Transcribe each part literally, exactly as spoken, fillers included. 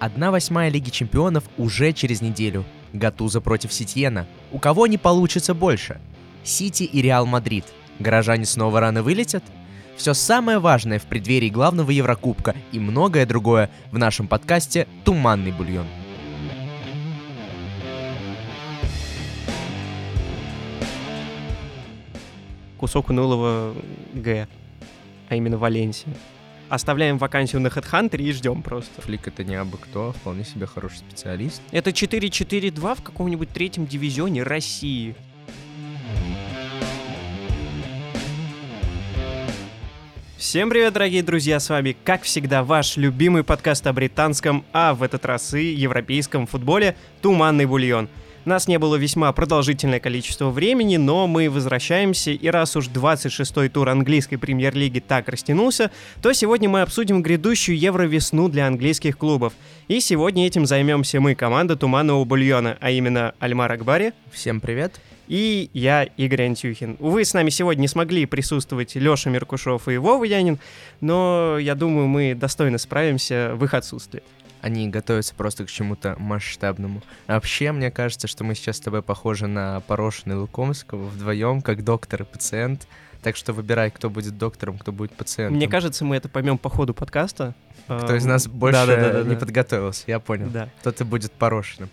одна восьмая Лиги Чемпионов уже через неделю. Гатузо против Сетьена. У кого не получится больше? Сити и Реал Мадрид. Горожане снова рано вылетят? Все самое важное в преддверии главного Еврокубка и многое другое в нашем подкасте «Туманный бульон». Кусок унылого Г, а именно Валенсия. Оставляем вакансию на HeadHunter и ждем просто. Флик — это не абы кто, вполне себе хороший специалист. Это четыре четыре два в каком-нибудь третьем дивизионе России. Всем привет, дорогие друзья, с вами, как всегда, ваш любимый подкаст о британском, а в этот раз и европейском футболе «Туманный бульон». Нас не было весьма продолжительное количество времени, но мы возвращаемся, и раз уж двадцать шестой тур английской премьер-лиги так растянулся, то сегодня мы обсудим грядущую Евровесну для английских клубов. И сегодня этим займемся мы, команда «Туманного бульона», а именно Альмар Акбари. Всем привет. И я, Игорь Антюхин. Увы, с нами сегодня не смогли присутствовать Леша Меркушев и Вова Янин, но я думаю, мы достойно справимся в их отсутствии. Они готовятся просто к чему-то масштабному. А вообще, мне кажется, что мы сейчас с тобой похожи на Порошина и Лукомского вдвоем, как доктор и пациент. Так что выбирай, кто будет доктором, кто будет пациентом. Мне кажется, мы это поймем по ходу подкаста. Кто из нас больше да, да, да, да, не да. подготовился, я понял. Да. Кто-то будет Порошиным.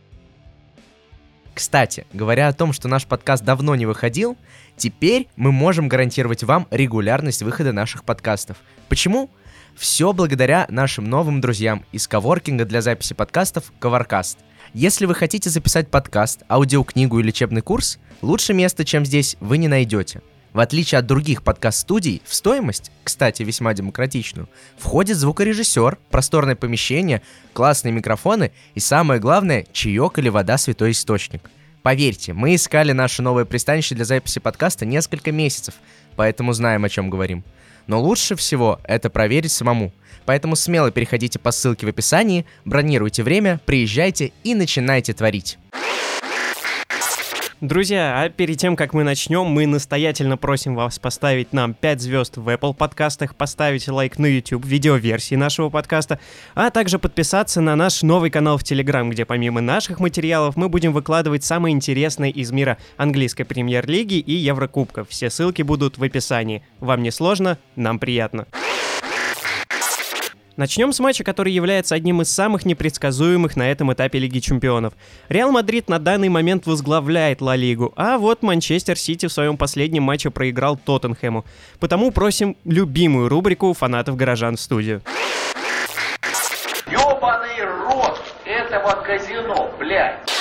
Кстати, говоря о том, что наш подкаст давно не выходил, теперь мы можем гарантировать вам регулярность выхода наших подкастов. Почему? Все благодаря нашим новым друзьям из коворкинга для записи подкастов Covercast. Если вы хотите записать подкаст, аудиокнигу или лечебный курс, лучше места, чем здесь, вы не найдете. В отличие от других подкаст-студий, в стоимость, кстати, весьма демократичную, входит звукорежиссер, просторное помещение, классные микрофоны и, самое главное, чаек или вода святой источник. Поверьте, мы искали наше новое пристанище для записи подкаста несколько месяцев, поэтому знаем, о чем говорим. Но лучше всего это проверить самому. Поэтому смело переходите по ссылке в описании, бронируйте время, приезжайте и начинайте творить. Друзья, а перед тем, как мы начнем, мы настоятельно просим вас поставить нам пять звезд в Apple подкастах, поставить лайк на YouTube, видеоверсии нашего подкаста, а также подписаться на наш новый канал в Telegram, где помимо наших материалов мы будем выкладывать самые интересные из мира английской премьер-лиги и Еврокубков. Все ссылки будут в описании. Вам не сложно, нам приятно. Начнем с матча, который является одним из самых непредсказуемых на этом этапе Лиги Чемпионов. Реал Мадрид на данный момент возглавляет Ла Лигу, а вот Манчестер Сити в своем последнем матче проиграл Тоттенхэму. Потому просим любимую рубрику фанатов горожан в студию. Ёбаный рот этого казино, блядь!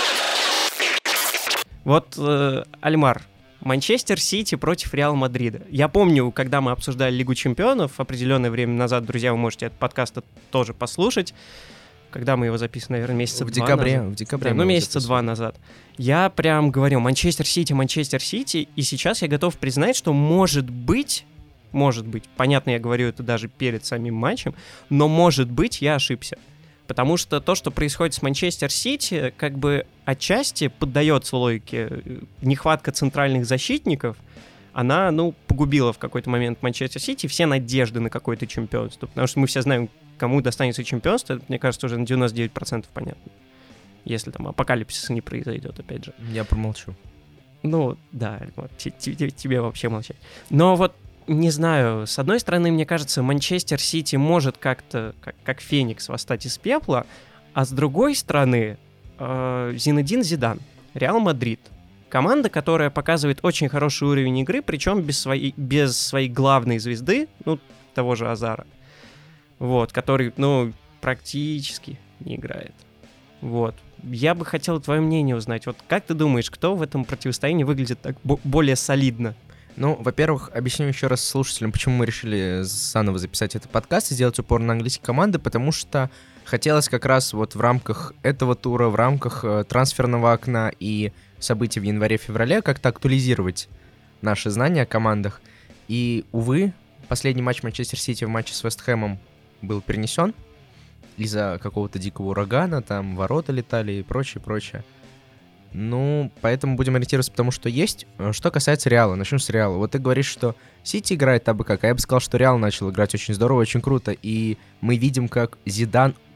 Вот, э, Альмар, Манчестер Сити против Реал Мадрида. Я помню, когда мы обсуждали Лигу Чемпионов определенное время назад, друзья, вы можете этот подкаст тоже послушать, когда мы его записывали, наверное, месяца в два декабре, назад. В декабре. Да, ну, месяца два назад. Я прям говорил, Манчестер Сити, Манчестер Сити, и сейчас я готов признать, что может быть, может быть, понятно, я говорю это даже перед самим матчем, но может быть я ошибся. Потому что то, что происходит с Манчестер Сити, как бы отчасти поддается логике. Нехватка центральных защитников, она, ну, погубила в какой-то момент Манчестер Сити все надежды на какое-то чемпионство. Потому что мы все знаем, кому достанется чемпионство, это, мне кажется, уже на девяносто девять процентов понятно. Если там апокалипсис не произойдет, опять же. Я промолчу. Ну, да, вот, тебе вообще молчать. Но вот не знаю, с одной стороны, мне кажется, Манчестер Сити может как-то, как, как Феникс, восстать из пепла, а с другой стороны, э, Зинедин Зидан, Реал Мадрид. Команда, которая показывает очень хороший уровень игры, причем без своей, без своей главной звезды, ну, того же Азара, вот, который, ну, практически не играет. Вот. Я бы хотел твое мнение узнать. Вот как ты думаешь, кто в этом противостоянии выглядит так бо- более солидно? Ну, во-первых, объясню еще раз слушателям, почему мы решили заново записать этот подкаст и сделать упор на английские команды, потому что хотелось как раз вот в рамках этого тура, в рамках э, трансферного окна и событий в январе-феврале как-то актуализировать наши знания о командах. И, увы, последний матч Манчестер Сити в матче с Вест Хэмом был перенесен из-за какого-то дикого урагана, там ворота летали и прочее, прочее. Ну, поэтому будем ориентироваться, потому что есть. Что касается Реала, начнем с Реала. Вот ты говоришь, что Сити играет абы как, а я бы сказал, что Реал начал играть очень здорово, очень круто, и мы видим, как Зидан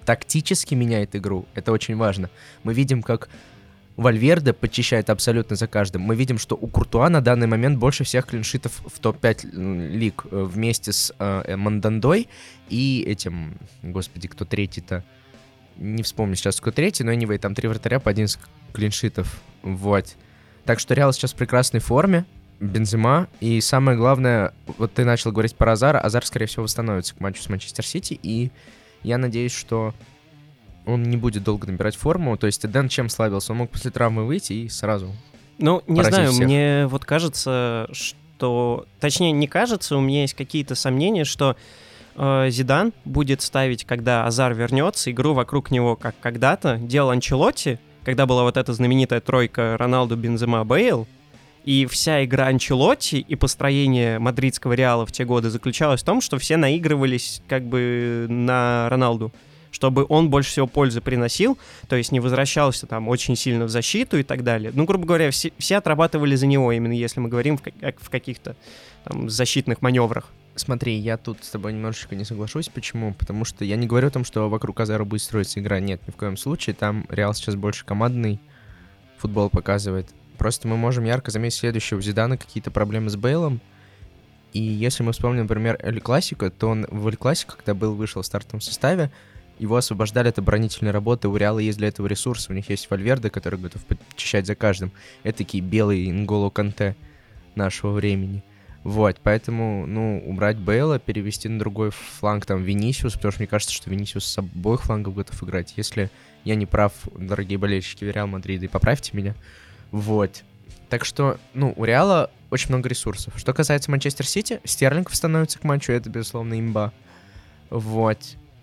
тактически меняет игру. Это очень важно. Мы видим, как Вальверде подчищает абсолютно за каждым. Мы видим, что у Куртуа на данный момент больше всех клиншитов в топ пять лиг вместе с э, Мандандой и этим... Господи, кто третий-то? Не вспомню сейчас, кто третий, но anyway, там три вратаря по одиннадцать клиншитов. Вот. Так что Реал сейчас в прекрасной форме. Бензема. И самое главное, вот ты начал говорить про Азара. Азар, скорее всего, восстановится к матчу с Манчестер Сити. И я надеюсь, что он не будет долго набирать форму. То есть Эден чем славился? Он мог после травмы выйти и сразу... Ну, не знаю, всех. Мне вот кажется, что... Точнее, не кажется, у меня есть какие-то сомнения, что э, Зидан будет ставить, когда Азар вернется, игру вокруг него, как когда-то делал Анчелотти, когда была вот эта знаменитая тройка Роналду, Бензема, Бейл. И вся игра Анчелотти и построение мадридского Реала в те годы заключалось в том, что все наигрывались как бы на Роналду, чтобы он больше всего пользы приносил, то есть не возвращался там очень сильно в защиту и так далее. Ну, грубо говоря, все, все отрабатывали за него, именно если мы говорим в, как, в каких-то там защитных маневрах. Смотри, я тут с тобой немножечко не соглашусь. Почему? Потому что я не говорю о том, что вокруг Азара будет строиться игра. Нет, ни в коем случае. Там Реал сейчас больше командный футбол показывает. Просто мы можем ярко заметить следующее. У Зидана какие-то проблемы с Бейлом. И если мы вспомним, например, Эль Классико, то он в Эль Классико, когда Бейл вышел в стартовом составе, его освобождали от оборонительной работы. У Реала есть для этого ресурсы. У них есть Вальверде, который готов подчищать за каждым. Это такие белые Нголо Канте нашего времени. Вот, поэтому, ну, убрать Бейла, перевести на другой фланг, там, Винисиус, потому что мне кажется, что Винисиус с обоих флангов готов играть. Если я не прав, дорогие болельщики Реал Мадрида, и поправьте меня. Вот. Так что, ну, у Реала очень много ресурсов. Что касается Манчестер Сити, Стерлинг становится к матчу, это, безусловно, имба. Вот.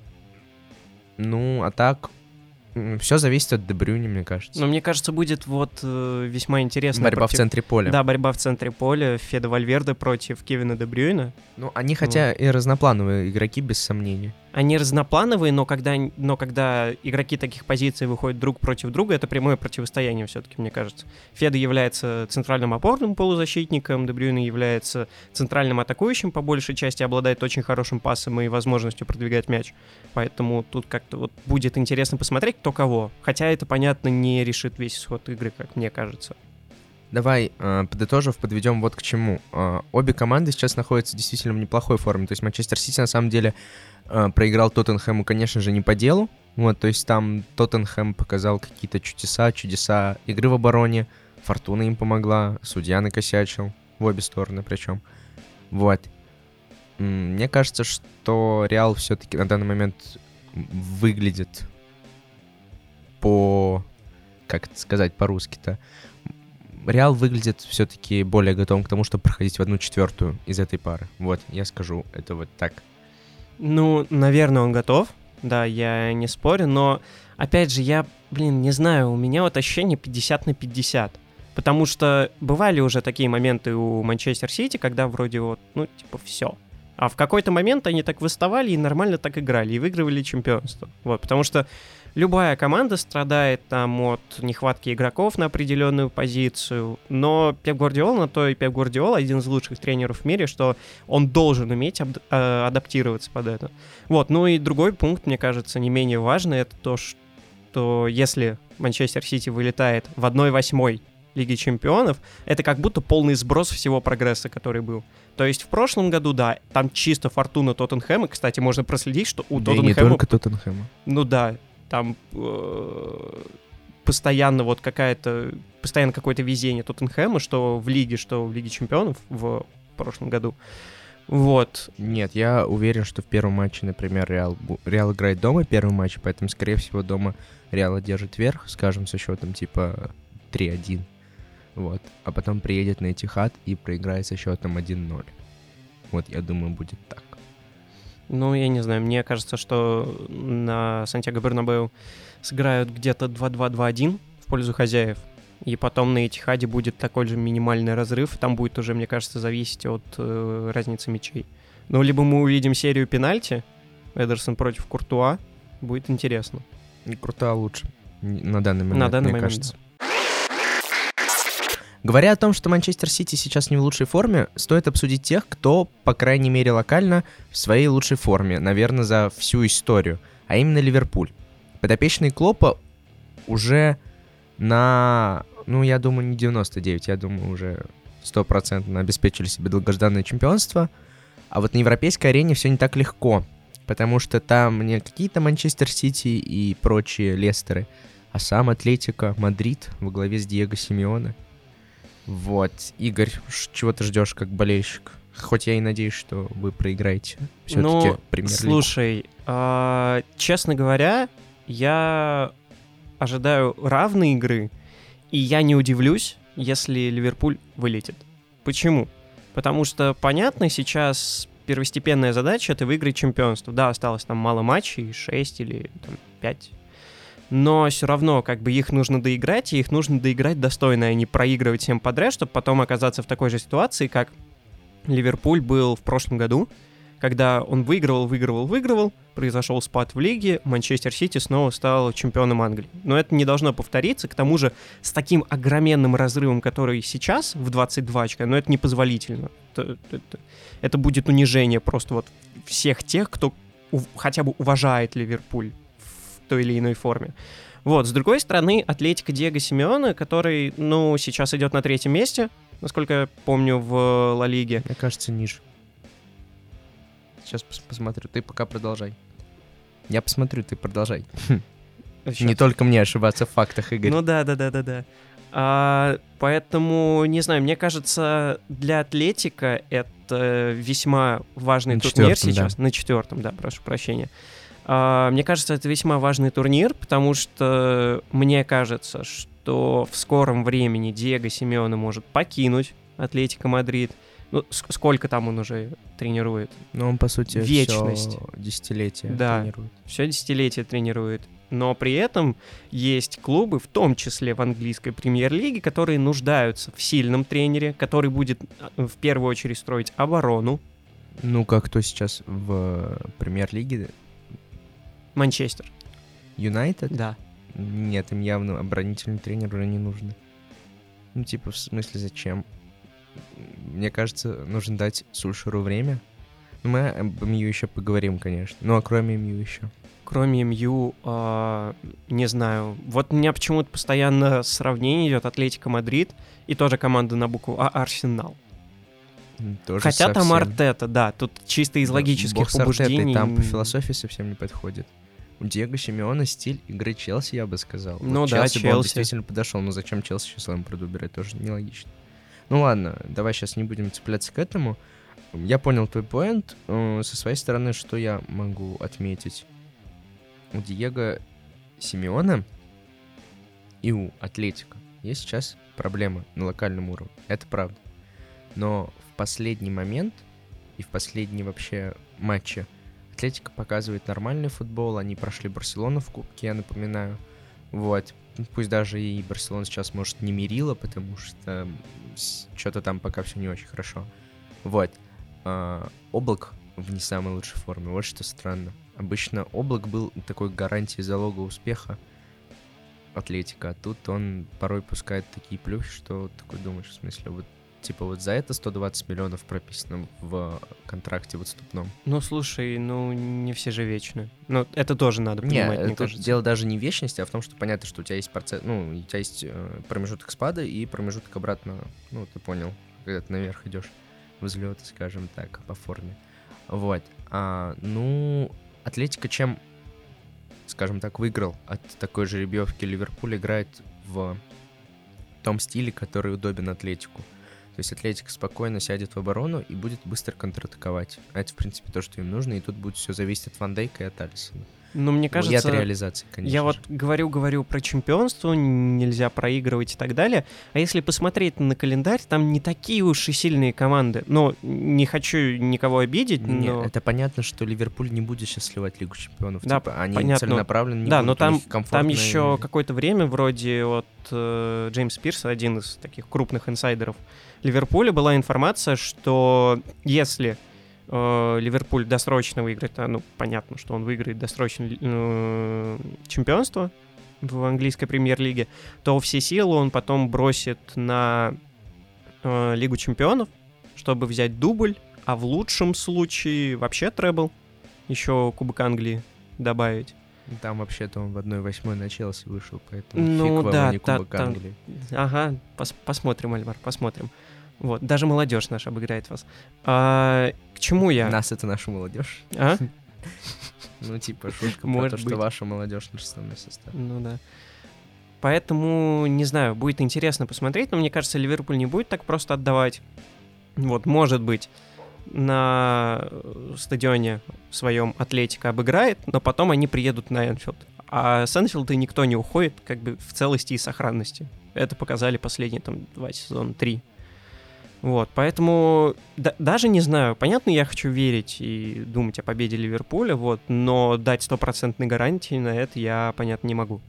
Ну, а так, все зависит от Де Брюйне, мне кажется. Но мне кажется, будет вот э, весьма интересно. Борьба против... в центре поля. Да, борьба в центре поля. Феда Вальверде против Кевина Де Брюйна. Ну, они хотя ну. и разноплановые игроки, без сомнения. Они разноплановые, но когда, но когда игроки таких позиций выходят друг против друга, это прямое противостояние все-таки, мне кажется. Феда является центральным опорным полузащитником, Де Брюйне является центральным атакующим, по большей части обладает очень хорошим пасом и возможностью продвигать мяч. Поэтому тут как-то вот будет интересно посмотреть, кто кого. Хотя это, понятно, не решит весь исход игры, как мне кажется. Давай, э, подытожив, подведем вот к чему. Э, обе команды сейчас находятся действительно в неплохой форме. То есть Манчестер Сити, на самом деле, э, проиграл Тоттенхэму, конечно же, не по делу. Вот, то есть там Тоттенхэм показал какие-то чудеса, чудеса игры в обороне. Фортуна им помогла, судья накосячил. В обе стороны причем. Вот. Мне кажется, что Реал все-таки на данный момент выглядит по... Как это сказать по-русски-то? Реал выглядит все-таки более готовым к тому, чтобы проходить в одну четвертую из этой пары. Вот, я скажу это вот так. Ну, наверное, он готов. Да, я не спорю, но, опять же, я, блин, не знаю, у меня вот ощущение пятьдесят на пятьдесят. Потому что бывали уже такие моменты у Манчестер Сити, когда вроде вот, ну, типа, все. А в какой-то момент они так выставали и нормально так играли, и выигрывали чемпионство. Вот, потому что любая команда страдает там от нехватки игроков на определенную позицию, но Пеп Гвардиола, на то и Пеп Гвардиола один из лучших тренеров в мире, что он должен уметь ад- э, адаптироваться под это. Вот, ну и другой пункт, мне кажется, не менее важный, это то, что если Манчестер Сити вылетает в одной восьмой Лиги Чемпионов, это как будто полный сброс всего прогресса, который был. То есть в прошлом году, да, там чисто фортуна Тоттенхэма, кстати, можно проследить, что у да Тоттенхэма... и не только Тоттенхэма. Ну да, там э, постоянно вот какая-то, постоянно какое-то везение Тоттенхэма, что в Лиге, что в Лиге Чемпионов в прошлом году. Вот. Нет, я уверен, что в первом матче, например, Реал, Реал играет дома первый матч, поэтому, скорее всего, дома Реал держит верх, скажем, со счетом типа три один. Вот. А потом приедет на Этихад и проиграет со счетом один ноль. Вот, я думаю, будет так. Ну, я не знаю, мне кажется, что на Сантьяго Бернабеу сыграют где-то два-два два-один в пользу хозяев. И потом на Этихаде будет такой же минимальный разрыв. Там будет уже, мне кажется, зависеть от э, разницы мячей. Ну, либо мы увидим серию пенальти, Эдерсон против Куртуа, будет интересно. И Куртуа лучше на данный момент, на данный мне момент, кажется. Да. Говоря о том, что Манчестер Сити сейчас не в лучшей форме, стоит обсудить тех, кто, по крайней мере локально, в своей лучшей форме, наверное, за всю историю, а именно Ливерпуль. Подопечные Клоппа уже на, ну, я думаю, не девяносто девять, я думаю, уже стопроцентно обеспечили себе долгожданное чемпионство, а вот на европейской арене все не так легко, потому что там не какие-то Манчестер Сити и прочие Лестеры, а сам Атлетико Мадрид во главе с Диего Симеоне. Вот, Игорь, чего ты ждешь как болельщик? Хоть я и надеюсь, что вы проиграете все-таки ну, Премьер-лигу. Слушай, а, честно говоря, я ожидаю равной игры, и я не удивлюсь, если Ливерпуль вылетит. Почему? Потому что, понятно, сейчас первостепенная задача — это выиграть чемпионство. Да, осталось там мало матчей, шесть или там, пять. Но все равно, как бы, их нужно доиграть, и их нужно доиграть достойно, а не проигрывать всем подряд, чтобы потом оказаться в такой же ситуации, как Ливерпуль был в прошлом году, когда он выигрывал, выигрывал, выигрывал, произошел спад в лиге, Манчестер Сити снова стал чемпионом Англии. Но это не должно повториться, к тому же с таким огроменным разрывом, который сейчас в двадцать два очка, но это непозволительно. Это, это, это будет унижение просто вот всех тех, кто у, хотя бы уважает Ливерпуль в той или иной форме. Вот, с другой стороны, Атлетико Диего Симеоне, который, ну, сейчас идет на третьем месте, насколько я помню, в Ла Лиге. Мне кажется, ниже. Сейчас пос- посмотрю, ты пока продолжай. Я посмотрю, ты продолжай. Сейчас. Не только мне ошибаться в фактах, Игорь. Ну да, да, да, да, да. А, поэтому, не знаю, мне кажется, для Атлетико это весьма важный На турнир четвертом, сейчас. да. На четвертом, да, прошу прощения. А, мне кажется, это весьма важный турнир, потому что мне кажется, что в скором времени Диего Симеоне может покинуть Атлетико Мадрид. Ну, с- сколько там он уже тренирует? Ну, он, по сути, Вечность. всё десятилетие Да. тренирует. Все десятилетие тренирует. Но при этом есть клубы, в том числе в английской премьер-лиге, которые нуждаются в сильном тренере, который будет а, в первую очередь строить оборону. Ну, как кто сейчас в Премьер-лиге? Манчестер. Юнайтед? Да. Нет, им явно оборонительный тренер уже не нужен. Ну, типа, в смысле, зачем? Мне кажется, нужно дать Сульшеру время. Ну, мы об МЮ еще поговорим, конечно. Ну, а кроме МЮ еще. Кроме МЮ, а, не знаю. Вот у меня почему-то постоянно сравнение идет Атлетико Мадрид и тоже команда на букву А Арсенал. М, Тоже Хотя там совсем. Артета, да, тут чисто из Да, логических бог с Артетой, побуждений. там по философии совсем не подходит. У Диего Симеона стиль игры Челси, я бы сказал. Вот Ну да, Челси бы он Челси. действительно подошел, но зачем Челси сейчас Лэмпорду убирать, тоже нелогично. Ну ладно, давай сейчас не будем цепляться к этому. Я понял твой поинт. Э, Со своей стороны, что я могу отметить? У Диего Симеона и у Атлетико есть сейчас проблемы на локальном уровне. Это правда. Но в последний момент и в последние вообще матчи Атлетико показывает нормальный футбол. Они прошли Барселону в кубке, я напоминаю. Вот. Пусть даже и Барселона сейчас, может, не мерила, потому что что-то там пока все не очень хорошо. Вот. А, Облак в не самой лучшей форме. Вот что странно. Обычно Облак был такой гарантией залога успеха Атлетико, а тут он порой пускает такие плюхи, что такой думаешь, в смысле, вот типа вот за это сто двадцать миллионов прописано в контракте в отступном. Ну, слушай, ну, не все же вечны. Ну, это тоже надо Не, понимать, мне тут кажется. дело даже не в вечности, а в том, что понятно, что у тебя есть процесс, ну, у тебя есть э, промежуток спада и промежуток обратно, ну, ты понял, когда ты наверх идешь, взлет, скажем так, по форме. Вот. А, ну, Атлетико чем, скажем так, выиграл от такой жеребьевки? Ливерпуль играет в том стиле, который удобен Атлетику. То есть Атлетико спокойно сядет в оборону и будет быстро контратаковать. А это, в принципе, то, что им нужно, и тут будет все зависеть от Ван Дейка и от Алисона. Ну, мне И от кажется, реализации, конечно я вот же. говорю-говорю про чемпионство, нельзя проигрывать и так далее. А если посмотреть на календарь, там не такие уж и сильные команды. Но не хочу никого обидеть, Не, но... это понятно, что Ливерпуль не будет сейчас сливать Лигу чемпионов. Да, типа, они понятно. целенаправленно не Да, но будут, у там, них там комфортная- еще какое-то время вроде от э, Джеймса Пирса, один из таких крупных инсайдеров Ливерпуля, была информация, что если э, Ливерпуль досрочно выиграет, а, ну, понятно, что он выиграет досрочно э, чемпионство в английской премьер-лиге, то все силы он потом бросит на э, Лигу чемпионов, чтобы взять дубль, а в лучшем случае вообще требл, еще Кубок Англии добавить. Там вообще-то он в одной восьмой на Челси вышел, поэтому Ну фиг вам, да, а не та- Кубок там- Англии. Ага, пос- посмотрим, Альмар, посмотрим. Вот, даже молодежь наша обыграет вас. А, к чему я? Нас это наша молодежь. А? Ну, типа, шутка про Может то, что быть. ваша молодежь наш основной состав. Ну да. Поэтому, не знаю, будет интересно посмотреть, но мне кажется, Ливерпуль не будет так просто отдавать. Вот, может быть, на э, стадионе своем Атлетико обыграет, но потом они приедут на Энфилд. А с Энфилда никто не уходит как бы в целости и сохранности. Это показали последние там два сезона, три. Вот, поэтому да- даже не знаю, понятно, я хочу верить и думать о победе Ливерпуля, вот, но дать стопроцентной гарантии на это я, понятно, не могу.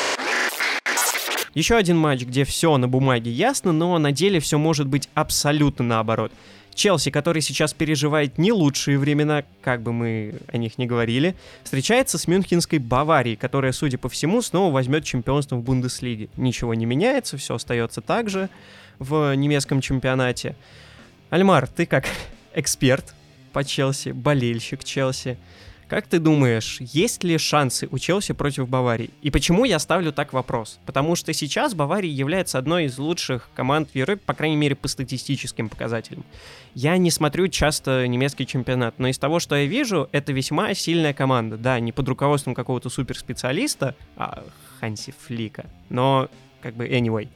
Еще один матч, где все на бумаге ясно, но на деле все может быть абсолютно наоборот. Челси, который сейчас переживает не лучшие времена, как бы мы о них ни говорили, встречается с мюнхенской Баварией, которая, судя по всему, снова возьмет чемпионство в Бундеслиге. Ничего не меняется, все остается так же в немецком чемпионате. Альмар, ты как эксперт по Челси, болельщик Челси, как ты думаешь, есть ли шансы у Челси против Баварии? И почему я ставлю так вопрос? Потому что сейчас Бавария является одной из лучших команд в Европе, по крайней мере, по статистическим показателям. Я не смотрю часто немецкий чемпионат, но из того, что я вижу, это весьма сильная команда. Да, не под руководством какого-то суперспециалиста, а Ханси Флика, но как бы anyway.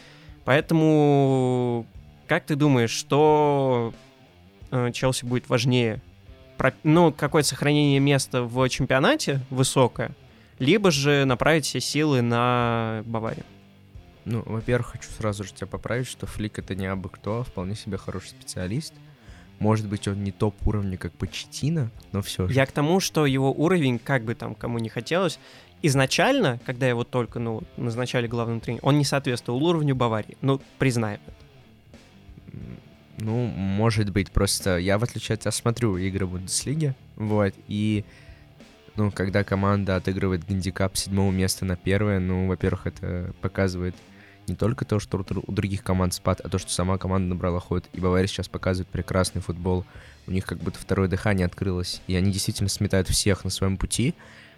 Поэтому, как ты думаешь, что э, Челси будет важнее? Про, ну, какое-то сохранение места в чемпионате высокое, либо же направить все силы на Баварию? Ну, во-первых, хочу сразу же тебя поправить, что Флик — это не абы кто, а вполне себе хороший специалист. Может быть, он не топ уровня, как Почеттино, но все же. Я к тому, что его уровень, как бы там кому не хотелось, изначально, когда его только ну, назначали главным тренером, он не соответствовал уровню Баварии. Ну, признаем это. Ну, может быть, просто я, в отличие от тебя, смотрю игры Бундеслиги, вот, и, ну, когда команда отыгрывает гандикап седьмого места на первое, ну, во-первых, это показывает не только то, что у других команд спад, а то, что сама команда набрала ход, и Бавария сейчас показывает прекрасный футбол, у них как будто второе дыхание открылось, и они действительно сметают всех на своем пути.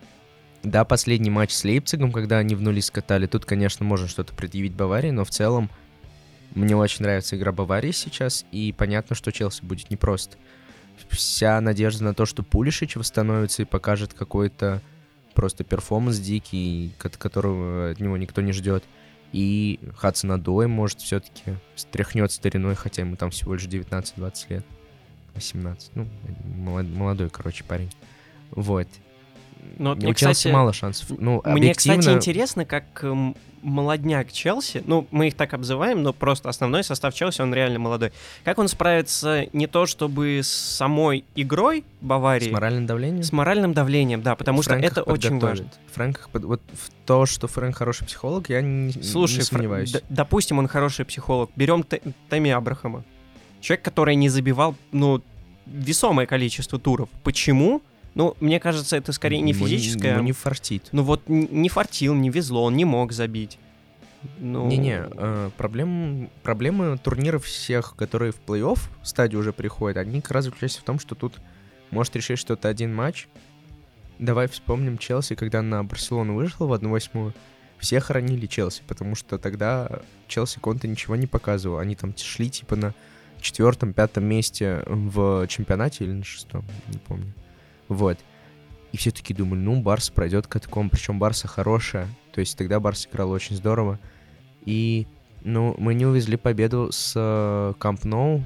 Да, последний матч с Лейпцигом, когда они в нули скатали, тут, конечно, можно что-то предъявить Баварии, но в целом мне очень нравится игра Баварии сейчас, и понятно, что Челси будет непросто. Вся надежда на то, что Пулишич восстановится и покажет какой-то просто перформанс дикий, которого от него никто не ждет. И Хадсон-Одой, может, все-таки стряхнет стариной, хотя ему там всего лишь девятнадцать-двадцать лет. восемнадцать. Ну, молодой, короче, парень. Вот. Но у мне, Челси кстати, мало шансов. Ну, мне, объективно... кстати, интересно, как м, молодняк Челси, ну, мы их так обзываем, но просто основной состав Челси, он реально молодой. Как он справится не то чтобы с самой игрой Баварии... С моральным давлением? С моральным давлением, да, потому Фрэнк что это очень важно. Фрэнк, их под... вот в то, что Фрэнк хороший психолог, я не, Слушай, не сомневаюсь. Фр... Д- допустим, он хороший психолог. Берем Т- Тэмми Абрахама. Человек, который не забивал, ну, весомое количество туров. Почему? Ну, мне кажется, это скорее не физическое. Ну, не фартит. Ну вот не фартил, не везло, он не мог забить. Ну... Не-не, э, проблем, проблемы турниров всех, которые в плей-офф стадию уже приходят, они как раз заключаются в том, что тут может решить что-то один матч. Давай вспомним Челси, когда на Барселону вышла в одну восьмую. Все хоронили Челси, потому что тогда Челси Конте ничего не показывал. Они там шли типа на четвертом, пятом месте в чемпионате или на шестом, не помню. Вот. И все таки думали, ну, Барса пройдет катком, причем Барса хорошая. То есть тогда Барса играла очень здорово. И, ну, мы не увезли победу с Камп Ноу.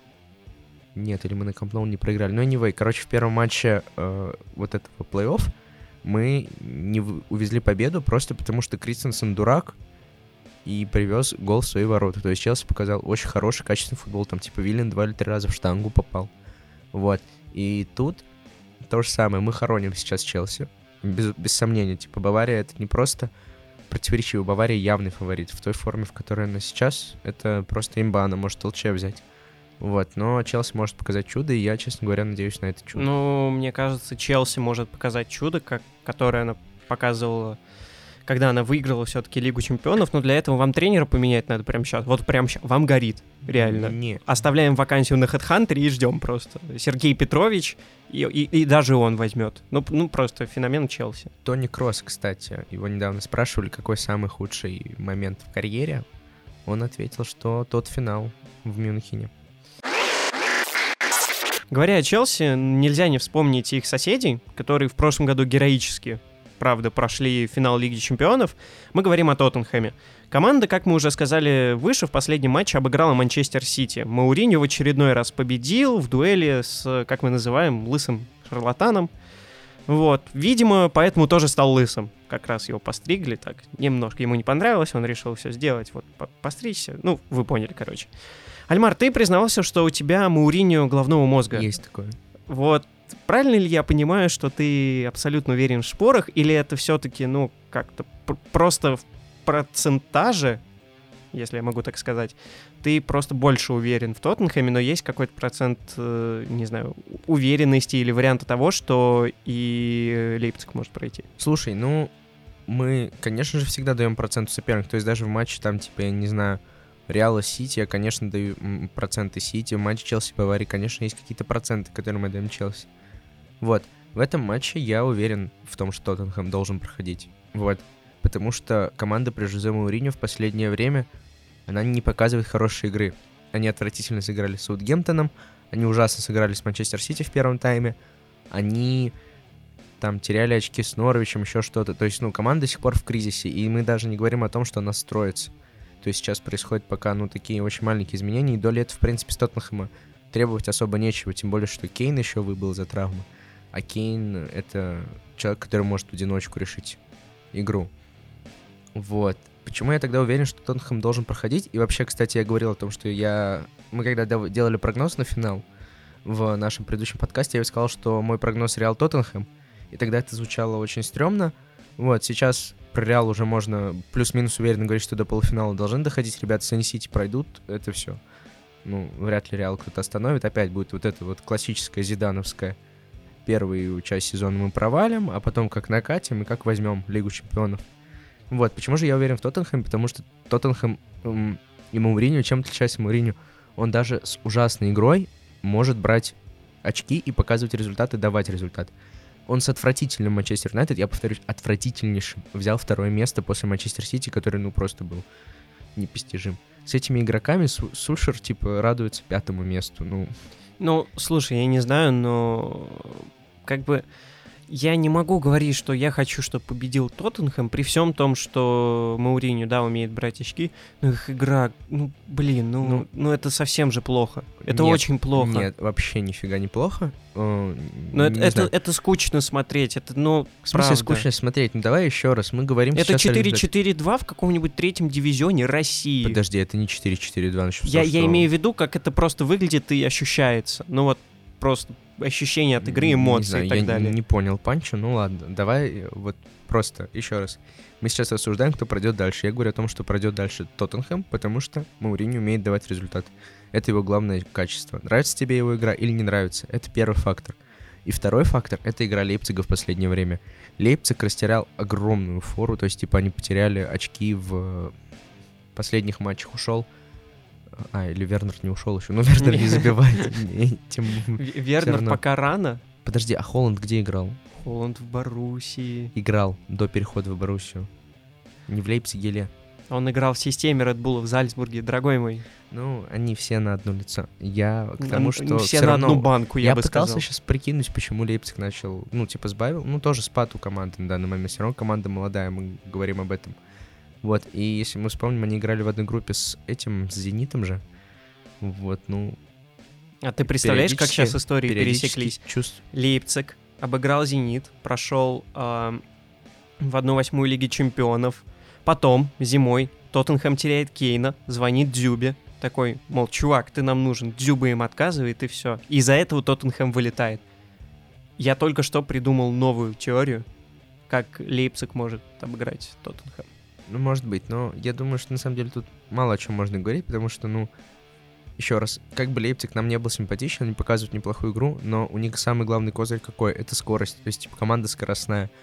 Нет, или мы на Камп Ноу не проиграли. Ну, anyway, короче, в первом матче э, вот этого плей-офф мы не в- увезли победу просто потому, что Кристенсен дурак и привез гол в свои ворота. То есть Челси показал очень хороший, качественный футбол. Там типа Виллин два или три раза в штангу попал. Вот. И тут то же самое. Мы хороним сейчас Челси. Без, без сомнения. Типа Бавария — это не просто противоречивая. Бавария явный фаворит. В той форме, в которой она сейчас, это просто имба. Она может ЛЧ взять. Вот. Но Челси может показать чудо, и я, честно говоря, надеюсь на это чудо. Ну, мне кажется, Челси может показать чудо, как, которое она показывала когда она выиграла все-таки Лигу Чемпионов, но для этого вам тренера поменять надо прямо сейчас. Вот прямо сейчас. Вам горит, реально. Не. Оставляем вакансию на HeadHunter и ждем просто. Сергей Петрович, и, и, и даже он возьмет. Ну, ну, просто феномен Челси. Тони Кросс, кстати, его недавно спрашивали, какой самый худший момент в карьере. Он ответил, что тот финал в Мюнхене. Говоря о Челси, нельзя не вспомнить их соседей, которые в прошлом году героически, правда, прошли финал Лиги Чемпионов. Мы говорим о Тоттенхэме. Команда, как мы уже сказали выше, в последнем матче обыграла Манчестер Сити. Мауриньо в очередной раз победил в дуэли с, как мы называем, лысым шарлатаном. Вот. Видимо, поэтому тоже стал лысым. Как раз его постригли так. Немножко ему не понравилось, он решил все сделать. Вот, постричься. Ну, вы поняли, короче. Альмар, ты признавался, что у тебя Мауриньо головного мозга. Есть такое. Вот. Правильно ли я понимаю, что ты абсолютно уверен в шпорах, или это все-таки, ну, как-то пр- просто в процентаже, если я могу так сказать, ты просто больше уверен в Тоттенхэме, но есть какой-то процент, э, не знаю, уверенности или варианта того, что и Лейпциг может пройти? Слушай, ну, мы, конечно же, всегда даем процент сопернику, то есть даже в матче там, типа, я не знаю, Реала Сити, я, конечно, даю проценты Сити. В матче Челси-Баварии, конечно, есть какие-то проценты, которые мы даем Челси. Вот. В этом матче я уверен в том, что Тоттенхэм должен проходить. Вот. Потому что команда при Жозе Мауриньо в последнее время, она не показывает хорошей игры. Они отвратительно сыграли с Саутгемптоном, они ужасно сыграли с Манчестер Сити в первом тайме, они там теряли очки с Норвичем, еще что-то. То есть, ну, команда до сих пор в кризисе, и мы даже не говорим о том, что она строится. То есть сейчас происходят пока, ну, такие очень маленькие изменения, и до лета, в принципе, с Тоттенхэма требовать особо нечего, тем более, что Кейн еще выбыл за травму, а Кейн — это человек, который может в одиночку решить игру. Вот. Почему я тогда уверен, что Тоттенхэм должен проходить? И вообще, кстати, я говорил о том, что я... Мы когда делали прогноз на финал в нашем предыдущем подкасте, я сказал, что мой прогноз Реал Тоттенхэм, и тогда это звучало очень стрёмно. Вот, сейчас про Реал уже можно плюс-минус уверенно говорить, что до полуфинала должны доходить. Ребята с Сити пройдут, это все. Ну, вряд ли Реал кто-то остановит. Опять будет вот это вот классическая зидановская. Первую часть сезона мы провалим, а потом как накатим и как возьмем Лигу Чемпионов. Вот, почему же я уверен в Тоттенхэме? Потому что Тоттенхэм эм, и Мауриньо, чем отличается Мауриньо? Он даже с ужасной игрой может брать очки и показывать результаты, давать результат. Он с отвратительным Манчестер Юнайтед, я повторюсь, отвратительнейшим, взял второе место после Манчестер Сити, который, ну, просто был непостижим. С этими игроками Сульшер, типа, радуется пятому месту, ну... Ну, слушай, я не знаю, но как бы я не могу говорить, что я хочу, чтобы победил Тоттенхэм, при всем том, что Мауриньо, да, умеет брать очки, но их игра, ну, блин, ну, ну, ну это совсем же плохо. Это нет, очень плохо. Нет, вообще нифига не плохо. О, но не это, это, это скучно смотреть, это, ну, в смысле правда. скучно смотреть? Ну, давай еще раз, мы говорим это сейчас... Это четыре четыре два в каком-нибудь третьем дивизионе России. Подожди, это не четыре четыре два. Я, я имею в виду, как это просто выглядит и ощущается. Ну вот, просто ощущение от игры, эмоции не знаю, и так я далее. Я не понял панча, ну ладно, давай вот просто еще раз. Мы сейчас рассуждаем, кто пройдет дальше. Я говорю о том, что пройдет дальше Тоттенхэм, потому что Мауриньо умеет давать результат. Это его главное качество. Нравится тебе его игра или не нравится? Это первый фактор. И второй фактор — это игра Лейпцига в последнее время. Лейпциг растерял огромную фору, то есть типа они потеряли очки в последних матчах, ушел. А, или Вернер не ушел еще. Ну, Вернер не забивает. Вернер пока рано. Подожди, а Холланд где играл? Холланд в Боруссии. Играл до перехода в Боруссию. Не в Лейпциге ли? Он играл в системе Red Bull в Зальцбурге, дорогой мой. Ну, они все на одно лицо. Я к тому, что все на одну банку, я бы сказал. Я пытался сейчас прикинуть, почему Лейпциг начал, ну, типа, сбавил. Ну, тоже спад у команды на данный момент. Все равно команда молодая, мы говорим об этом. Вот, и если мы вспомним, они играли в одной группе с этим, с «Зенитом» же. Вот, ну... А ты представляешь, как сейчас истории пересеклись? Чувств... Лейпциг обыграл «Зенит», прошел э, в одну восьмую Лиги Чемпионов. Потом, зимой, Тоттенхэм теряет Кейна, звонит Дзюбе. Такой, мол, чувак, ты нам нужен. Дзюба им отказывает, и все. Из-за этого Тоттенхэм вылетает. Я только что придумал новую теорию, как Лейпциг может обыграть Тоттенхэм. Ну, может быть, но я думаю, что на самом деле тут мало о чем можно говорить, потому что, ну, еще раз, как бы Лейпциг нам не был симпатичен, они показывают неплохую игру, но у них самый главный козырь какой? Это скорость. То есть, типа, команда скоростная.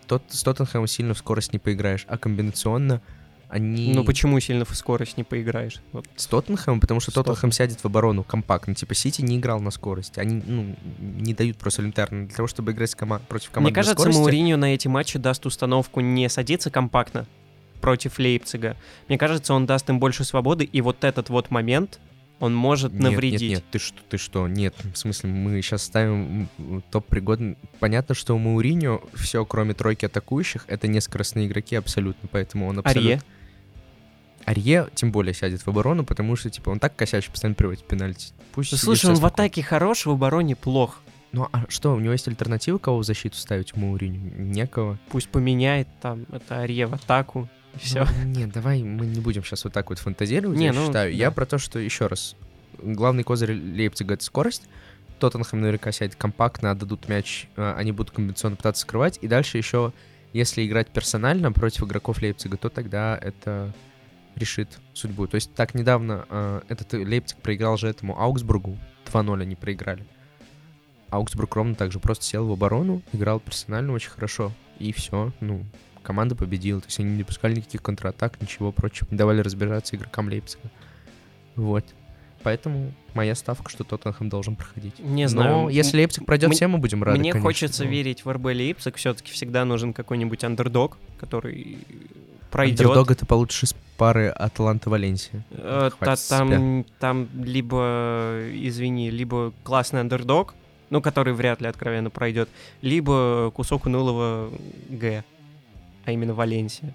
тот, с Тоттенхэмом сильно в скорость не поиграешь, а комбинационно они... Ну почему сильно в скорость не поиграешь? Вот. С Тоттенхэмом, потому что С Тоттенхэм сядет в оборону компактно. Типа Сити не играл на скорость. Они ну, не дают просто элементарно. Для того, чтобы играть с кома- против команды Мне кажется, на скорости... Мауриньо на эти матчи даст установку не садиться компактно против Лейпцига. Мне кажется, он даст им больше свободы, и вот этот вот момент, он может Нет, навредить. Нет, нет, ты что, ты что? Нет, в смысле, мы сейчас ставим топ пригодный. Понятно, что у Мауриньо все, кроме тройки атакующих, это не скоростные игроки абсолютно, поэтому он абсолютно... Арье? Арье тем более сядет в оборону, потому что, типа, он так косячит, постоянно приводит пенальти. Пусть Да, сидит слушай, он в спокойно. атаке хорош, в обороне плох. Ну, а что, у него есть альтернатива, кого в защиту ставить у Мауриньо? Некого. Пусть поменяет там это Арье в атаку, и все. Ну, нет, давай мы не будем сейчас вот так вот фантазировать, Не, я ну, считаю. да. Я про то, что, еще раз, главный козырь Лейпцига — это скорость. Тоттенхэм наверняка сядет компактно, отдадут мяч, а, они будут комбинационно пытаться скрывать. И дальше еще, если играть персонально против игроков Лейпцига, то тогда это решит судьбу. То есть так недавно а, этот Лейпциг проиграл же этому Аугсбургу, два ноль они проиграли. Аугсбург ровно так же просто сел в оборону, играл персонально очень хорошо, и все, ну, команда победила. То есть они не допускали никаких контратак, ничего прочего, не давали разбираться игрокам Лейпцига. Вот. Поэтому моя ставка, что Тоттенхэм должен проходить. Не знаю. Но если Лейпциг пройдет, М- все мы будем рады, Мне конечно, хочется но верить в эр бэ Лейпциг, все-таки всегда нужен какой-нибудь андердог, который пройдет. Андердога ты получишь из пары Атланта-Валенсия. Э, та- Хватит там, там либо, извини, либо классный андердог, ну, который вряд ли откровенно пройдет, либо кусок унылого Г, а именно Валенсия.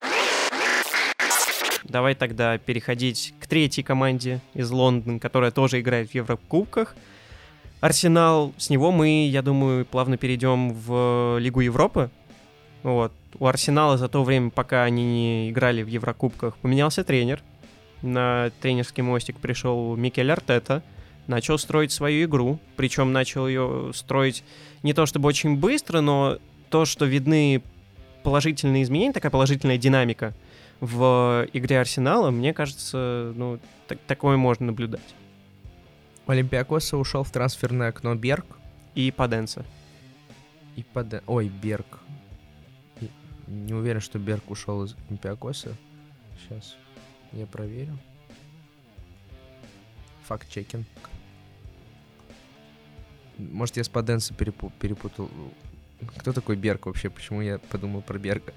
Давай тогда переходить к третьей команде из Лондона, которая тоже играет в Еврокубках. Арсенал, с него мы, я думаю, плавно перейдем в Лигу Европы. Вот. У Арсенала за то время, пока они не играли в Еврокубках, поменялся тренер. На тренерский мостик пришел Микель Артета, начал строить свою игру, причем начал ее строить не то чтобы очень быстро, но то, что видны положительные изменения, такая положительная динамика в игре Арсенала, мне кажется, ну, так- такое можно наблюдать. У Олимпиакоса ушел в трансферное окно Берг И Паденса. и под... Ой, Берг. И- Не уверен, что Берг ушел из Олимпиакоса. Сейчас я проверю. Факт-чекинг. Может, я с Паденса перепу- перепутал. Кто такой Берг вообще? Почему я подумал про Берга?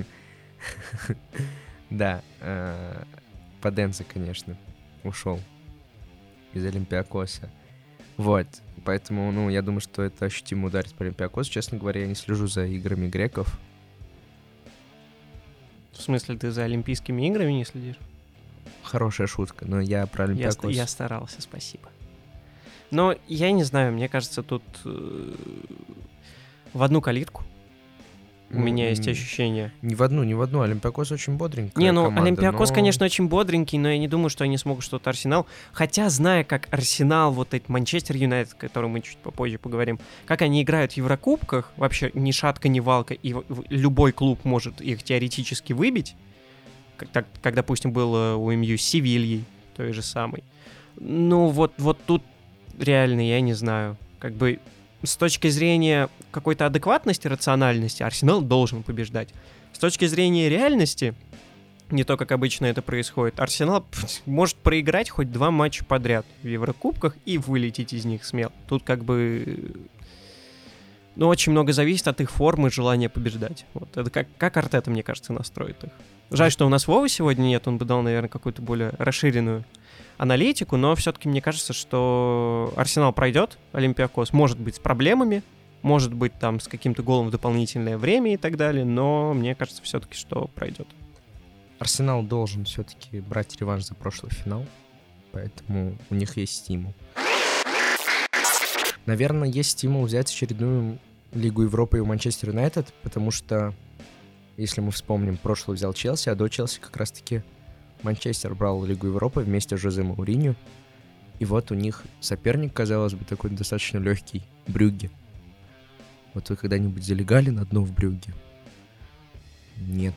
Да, э, Паденса, конечно, ушел из Олимпиакоса. Вот, поэтому, ну, я думаю, что это ощутимо ударит по Олимпиакосу. Честно говоря, я не слежу за играми греков. В смысле, ты за Олимпийскими играми не следишь? Хорошая шутка, но я про Я, Олимпиакос. я старался, спасибо. Но я не знаю, мне кажется, тут э, в одну калитку у Ну, меня есть м, ощущение. Ни в одну, ни в одну. Олимпиакос очень бодренькая Не, ну команда, Олимпиакос, но- конечно, очень бодренький, но я не думаю, что они смогут что-то Арсенал. Хотя, зная, как Арсенал, вот этот Манчестер Юнайтед, о котором мы чуть попозже поговорим, как они играют в Еврокубках, вообще ни шатка, ни валка, и в- в- любой клуб может их теоретически выбить, как, так, как допустим, было у эм ю с Севильей, той же самой. Ну, вот, вот тут реально, я не знаю, как бы с точки зрения какой-то адекватности, рациональности, Арсенал должен побеждать. С точки зрения реальности, не то, как обычно это происходит, Арсенал пф, может проиграть хоть два матча подряд в Еврокубках и вылететь из них смело. Тут как бы... Ну, очень много зависит от их формы и желания побеждать. Вот. Это как, как Артета, мне кажется, настроит их. Жаль, что у нас Вовы сегодня нет, он бы дал, наверное, какую-то более расширенную аналитику, но все-таки мне кажется, что Арсенал пройдет, Олимпиакос, может быть, с проблемами, может быть, там, с каким-то голом в дополнительное время и так далее, но мне кажется все-таки, что пройдет. Арсенал должен все-таки брать реванш за прошлый финал, поэтому у них есть стимул. Наверное, есть стимул взять очередную Лигу Европы у Манчестер Юнайтед, потому что, если мы вспомним, прошлый взял Челси, а до Челси как раз-таки Манчестер брал Лигу Европы вместе с Жозе Мауриньо. И вот у них соперник, казалось бы, такой достаточно легкий, Брюгге. Вот вы когда-нибудь залегали на дно в Брюгге? Нет.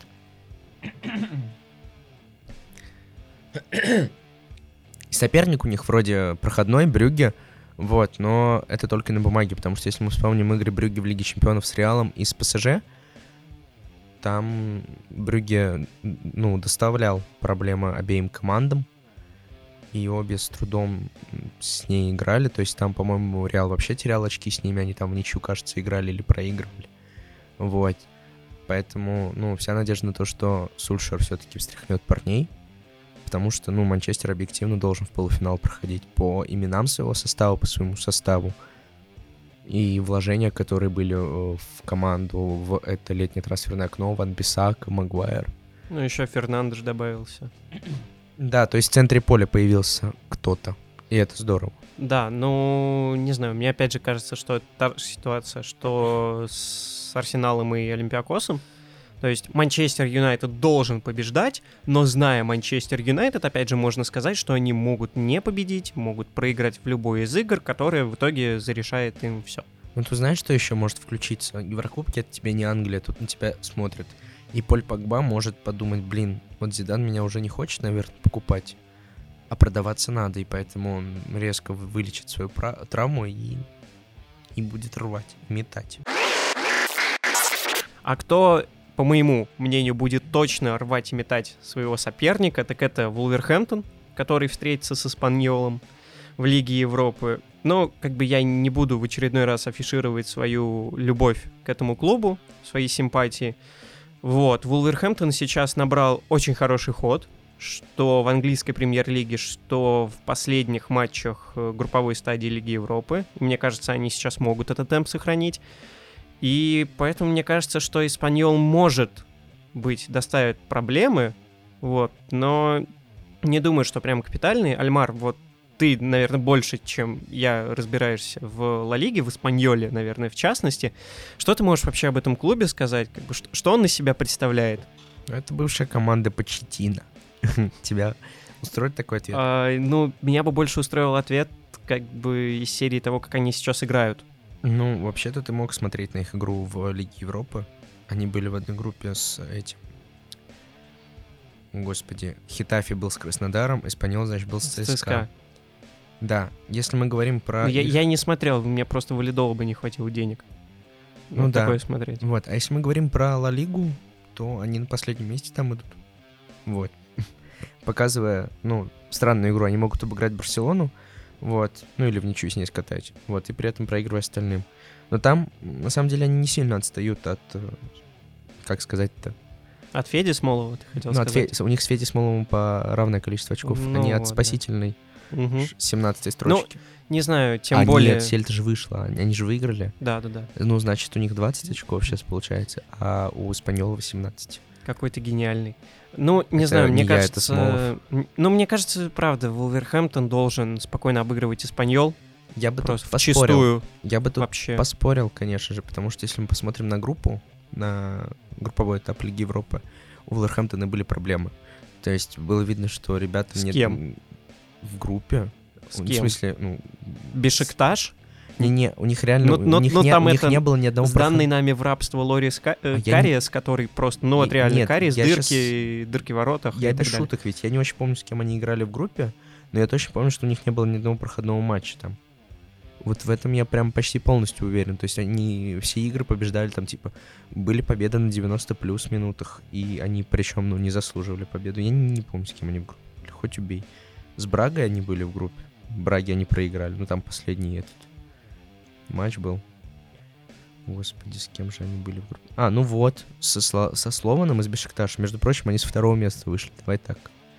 И соперник у них вроде проходной, Брюгге, вот, но это только на бумаге, потому что если мы вспомним игры Брюгге в Лиге Чемпионов с Реалом и с ПСЖ, там Брюгге, ну, доставлял проблемы обеим командам, и обе с трудом с ней играли. То есть там, по-моему, Реал вообще терял очки с ними, они там в ничью, кажется, играли или проигрывали. Вот. Поэтому, ну, вся надежда на то, что Сульшер все-таки встряхнет парней, потому что, ну, Манчестер объективно должен в полуфинал проходить по именам своего состава, по своему составу. И вложения, которые были в команду в это летнее трансферное окно, Ван-Бисак, Магуайр. Ну, еще Фернандеш добавился. Да, то есть в центре поля появился кто-то, и это здорово. Да, ну, не знаю, мне опять же кажется, что это та же ситуация, что с Арсеналом и Олимпиакосом. То есть Манчестер Юнайтед должен побеждать, но зная Манчестер Юнайтед, опять же, можно сказать, что они могут не победить, могут проиграть в любой из игр, которая в итоге зарешает им все. Ну, ты знаешь, что еще может включиться? Еврокубки — это тебе не Англия, тут на тебя смотрят. И Поль Погба может подумать, блин, вот Зидан меня уже не хочет, наверное, покупать, а продаваться надо, и поэтому он резко вылечит свою пра- травму и, и будет рвать, метать. А кто, по моему мнению, будет точно рвать и метать своего соперника, так это Вулверхэмптон, который встретится с Эспаньолом в Лиге Европы. Но как бы я не буду в очередной раз афишировать свою любовь к этому клубу, свои симпатии. Вот, Вулверхэмптон сейчас набрал очень хороший ход, что в английской премьер-лиге, что в последних матчах групповой стадии Лиги Европы. Мне кажется, они сейчас могут этот темп сохранить. И поэтому мне кажется, что Эспаньол, может быть, доставит проблемы, вот, но не думаю, что прям капитальные. Альмар, вот ты, наверное, больше, чем я, разбираешься в Ла Лиге, в Эспаньоле, наверное, в частности. Что ты можешь вообще об этом клубе сказать? Как бы, что, что он из себя представляет? Это бывшая команда Почеттино. Тебя устроит такой ответ? А, ну, меня бы больше устроил ответ как бы из серии того, как они сейчас играют. Ну, вообще-то ты мог смотреть на их игру в Лиге Европы. Они были в одной группе с этим... Господи, Хетафи был с Краснодаром, Эспаньол, значит, был с ЦСКА. ЦСКА. Да, если мы говорим про... Я, их... я не смотрел, мне просто валидола бы не хватило денег. Ну вот да. Такое смотреть. Вот, а если мы говорим про Ла Лигу, то они на последнем месте там идут. Вот. Показывая, ну, странную игру, они могут обыграть Барселону, вот, ну или в ничью с ней скатать, вот, и при этом проигрывая остальным. Но там, на самом деле, они не сильно отстают от, как сказать-то... От Феди Смолова, ты хотел ну, сказать? От Фе... У них с Феди Смоловым по равное количество очков, ну, они вот, от спасительной да. семнадцатой строчки. Ну, не знаю, тем а более... нет, Сельта же вышла, они же выиграли. Да-да-да. Ну, значит, у них двадцать очков сейчас получается, а у Эспаньола восемнадцать. Какой-то гениальный. Ну, не это знаю, мне не кажется... Я, это ну, мне кажется, правда, Вулверхэмптон должен спокойно обыгрывать Эспаньол. Я бы просто тут поспорил. Я бы тут вообще. поспорил, конечно же, потому что если мы посмотрим на группу, на групповой этап Лиги Европы, у Вулверхэмптона были проблемы. То есть было видно, что ребята... С не... кем? В группе. С в кем? смысле, ну... Но-но-но Не-не, у них реально... но, у них, но не, там у них это не было ни одного... сданный нами в рабство Лорис Ка... э, а Кариес, не... который просто... Ну, вот реально, Нет, Кариес, дырки, щас... дырки в воротах Я и без так далее. шуток, ведь я не очень помню, с кем они играли в группе, но я точно помню, что у них не было ни одного проходного матча там. Вот в этом я прям почти полностью уверен. То есть они все игры побеждали там, типа, были победы на девяносто плюс минутах, и они причем, ну, не заслуживали победу. Я не, не помню, с кем они в группе были, хоть убей. С Брагой они были в группе. Браги они проиграли, ну там последний этот матч был. Господи, с кем же они были в группе? А, ну вот, со, со Слованом из Бешикташа. Между прочим, они с второго места вышли. Давай так.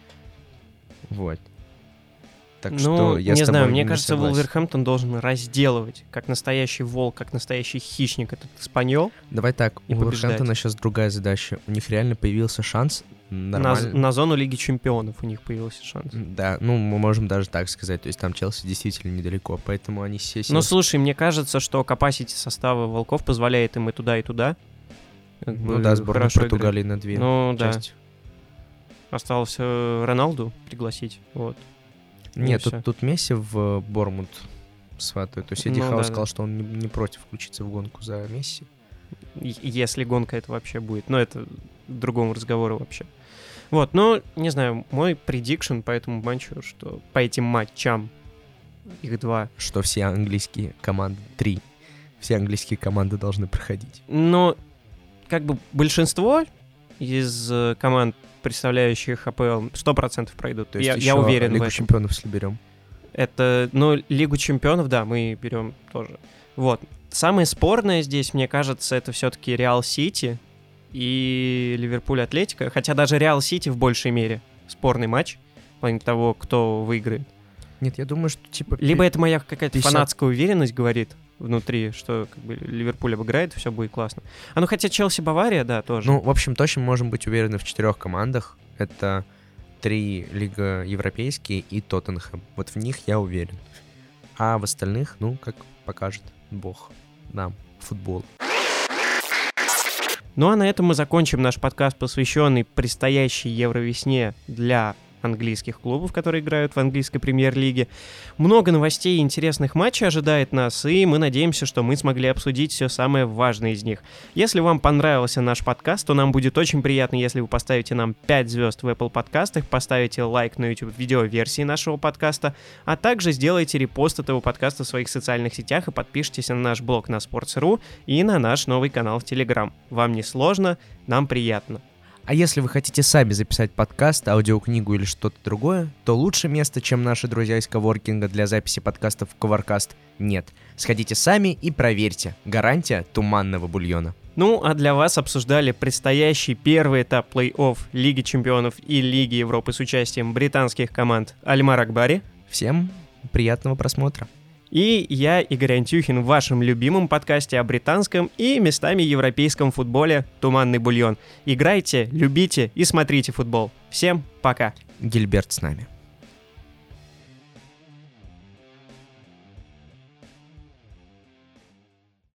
Вот. Так ну, что я не с тобой знаю, мне не кажется, согласен. Вулверхэмптон должен разделывать, как настоящий волк, как настоящий хищник этот Эспаньол. Давай так, и у Вулверхэмптона сейчас другая задача. У них реально появился шанс нормально... На, на зону Лиги Чемпионов у них появился шанс. Да, ну, мы можем даже так сказать. То есть там Челси действительно недалеко, поэтому они все... Ну, слушай, мне кажется, что capacity состава волков позволяет им и туда, и туда. Как ну да, сборная Португалии играть. На две ну, части. Да. Осталось Роналду пригласить, вот. Нет, тут, тут Месси в Бормут сватают. То есть Эдди ну, Хау да, сказал, да. что он не, не против включиться в гонку за Месси. Если гонка это вообще будет. Но это другому разговору вообще. Вот, ну, не знаю, мой предикшн по этому матчу, что по этим матчам, их два. Что все английские команды, три, все английские команды должны проходить. Но как бы большинство из э, команд, представляющих АПЛ, сто процентов пройдут. То есть я, еще я уверен Лигу в этом. чемпионов, если берем. Это, ну, Лигу чемпионов, да, мы берем тоже. Вот. Самое спорное здесь, мне кажется, это все-таки Реал Сити и Ливерпуль Атлетико. Хотя даже Реал Сити в большей мере спорный матч в плане того, кто выиграет. Нет, я думаю, что типа... Либо это моя какая-то пятьдесят фанатская уверенность говорит внутри, что как бы Ливерпуль обыграет, все будет классно. А ну хотя Челси-Бавария, да, тоже. Ну, в общем, точно можем быть уверены в четырех командах. Это три лига европейские и Тоттенхэм. Вот в них я уверен. А в остальных, ну, как покажет Бог нам, футбол. Ну а на этом мы закончим наш подкаст, посвященный предстоящей Евровесне для английских клубов, которые играют в английской премьер-лиге. Много новостей и интересных матчей ожидает нас, и мы надеемся, что мы смогли обсудить все самое важное из них. Если вам понравился наш подкаст, то нам будет очень приятно, если вы поставите нам пять звезд в Apple подкастах, поставите лайк на YouTube видеоверсии нашего подкаста, а также сделайте репост этого подкаста в своих социальных сетях и подпишитесь на наш блог на sports точка ru и на наш новый канал в Telegram. Вам не сложно, нам приятно. А если вы хотите сами записать подкаст, аудиокнигу или что-то другое, то лучше места, чем наши друзья из коворкинга для записи подкастов в Covercast, нет. Сходите сами и проверьте. Гарантия туманного бульона. Ну, а для вас обсуждали предстоящий первый этап плей-офф Лиги Чемпионов и Лиги Европы с участием британских команд Альмар Акбари. Всем приятного просмотра. И я, Игорь Антюхин, в вашем любимом подкасте о британском и местами европейском футболе «Туманный бульон». Играйте, любите и смотрите футбол. Всем пока. Гильберт с нами.